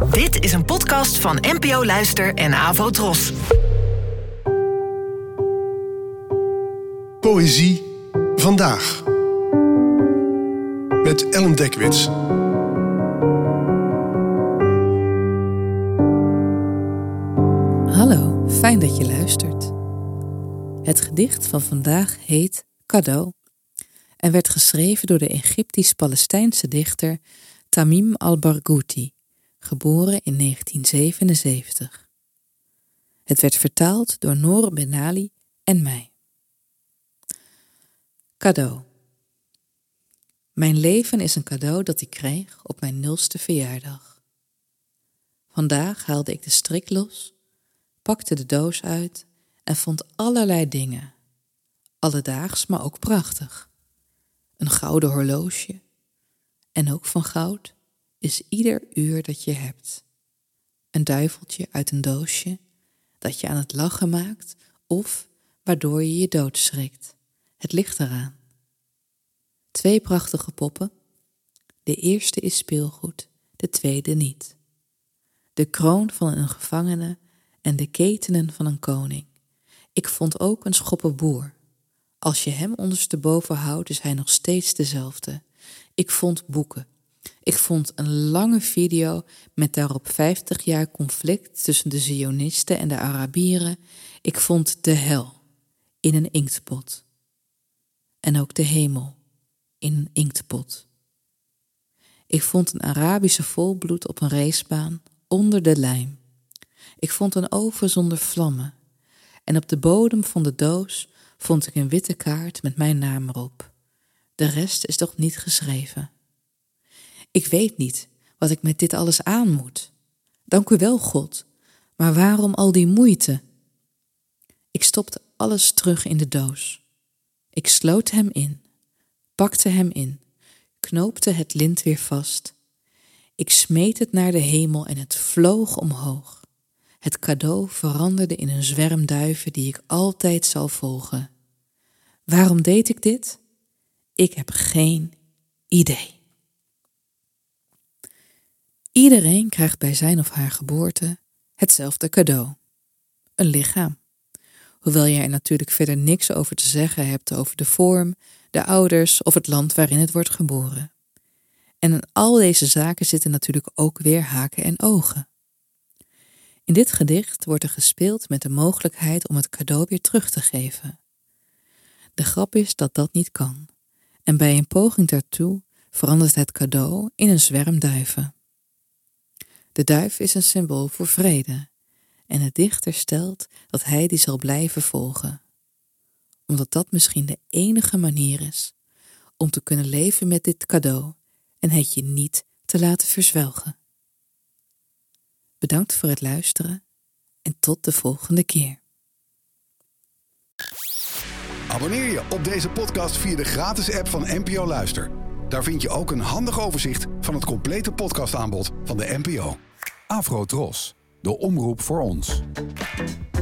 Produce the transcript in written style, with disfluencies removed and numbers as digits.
Dit is een podcast van NPO Luister en Avo Tros. Poëzie vandaag. Met Ellen Dekwits. Hallo, fijn dat je luistert. Het gedicht van vandaag heet Cadeau en werd geschreven door de Egyptisch-Palestijnse dichter Tamim al-Barghouti, geboren in 1977. Het werd vertaald door Noor Benali en mij. Cadeau. Mijn leven is een cadeau dat ik kreeg op mijn 0ste verjaardag. Vandaag haalde ik de strik los, pakte de doos uit en vond allerlei dingen. Alledaags, maar ook prachtig. Een gouden horloge. En ook van goud is ieder uur dat je hebt. Een duiveltje uit een doosje dat je aan het lachen maakt of waardoor je je doodschrikt. Het ligt eraan. 2 prachtige poppen. De eerste is speelgoed, de tweede niet. De kroon van een gevangene en de ketenen van een koning. Ik vond ook een schoppenboer. Als je hem ondersteboven houdt, is hij nog steeds dezelfde. Ik vond boeken. Ik vond een lange video met daarop 50 jaar conflict tussen de Zionisten en de Arabieren. Ik vond de hel in een inktpot. En ook de hemel in een inktpot. Ik vond een Arabische volbloed op een racebaan onder de lijm. Ik vond een oven zonder vlammen. En op de bodem van de doos vond ik een witte kaart met mijn naam erop. De rest is toch niet geschreven. Ik weet niet wat ik met dit alles aan moet. Dank u wel, God. Maar waarom al die moeite? Ik stopte alles terug in de doos. Ik sloot hem in, pakte hem in, knoopte het lint weer vast. Ik smeet het naar de hemel en het vloog omhoog. Het cadeau veranderde in een zwerm duiven die ik altijd zal volgen. Waarom deed ik dit? Ik heb geen idee. Iedereen krijgt bij zijn of haar geboorte hetzelfde cadeau. Een lichaam. Hoewel je er natuurlijk verder niks over te zeggen hebt over de vorm, de ouders of het land waarin het wordt geboren. En aan al deze zaken zitten natuurlijk ook weer haken en ogen. In dit gedicht wordt er gespeeld met de mogelijkheid om het cadeau weer terug te geven. De grap is dat dat niet kan. En bij een poging daartoe verandert het cadeau in een zwerm duiven. De duif is een symbool voor vrede. En de dichter stelt dat hij die zal blijven volgen. Omdat dat misschien de enige manier is om te kunnen leven met dit cadeau en het je niet te laten verzwelgen. Bedankt voor het luisteren en tot de volgende keer. Abonneer je op deze podcast via de gratis app van NPO Luister. Daar vind je ook een handig overzicht van het complete podcastaanbod van de NPO. Avo Tros, de omroep voor ons.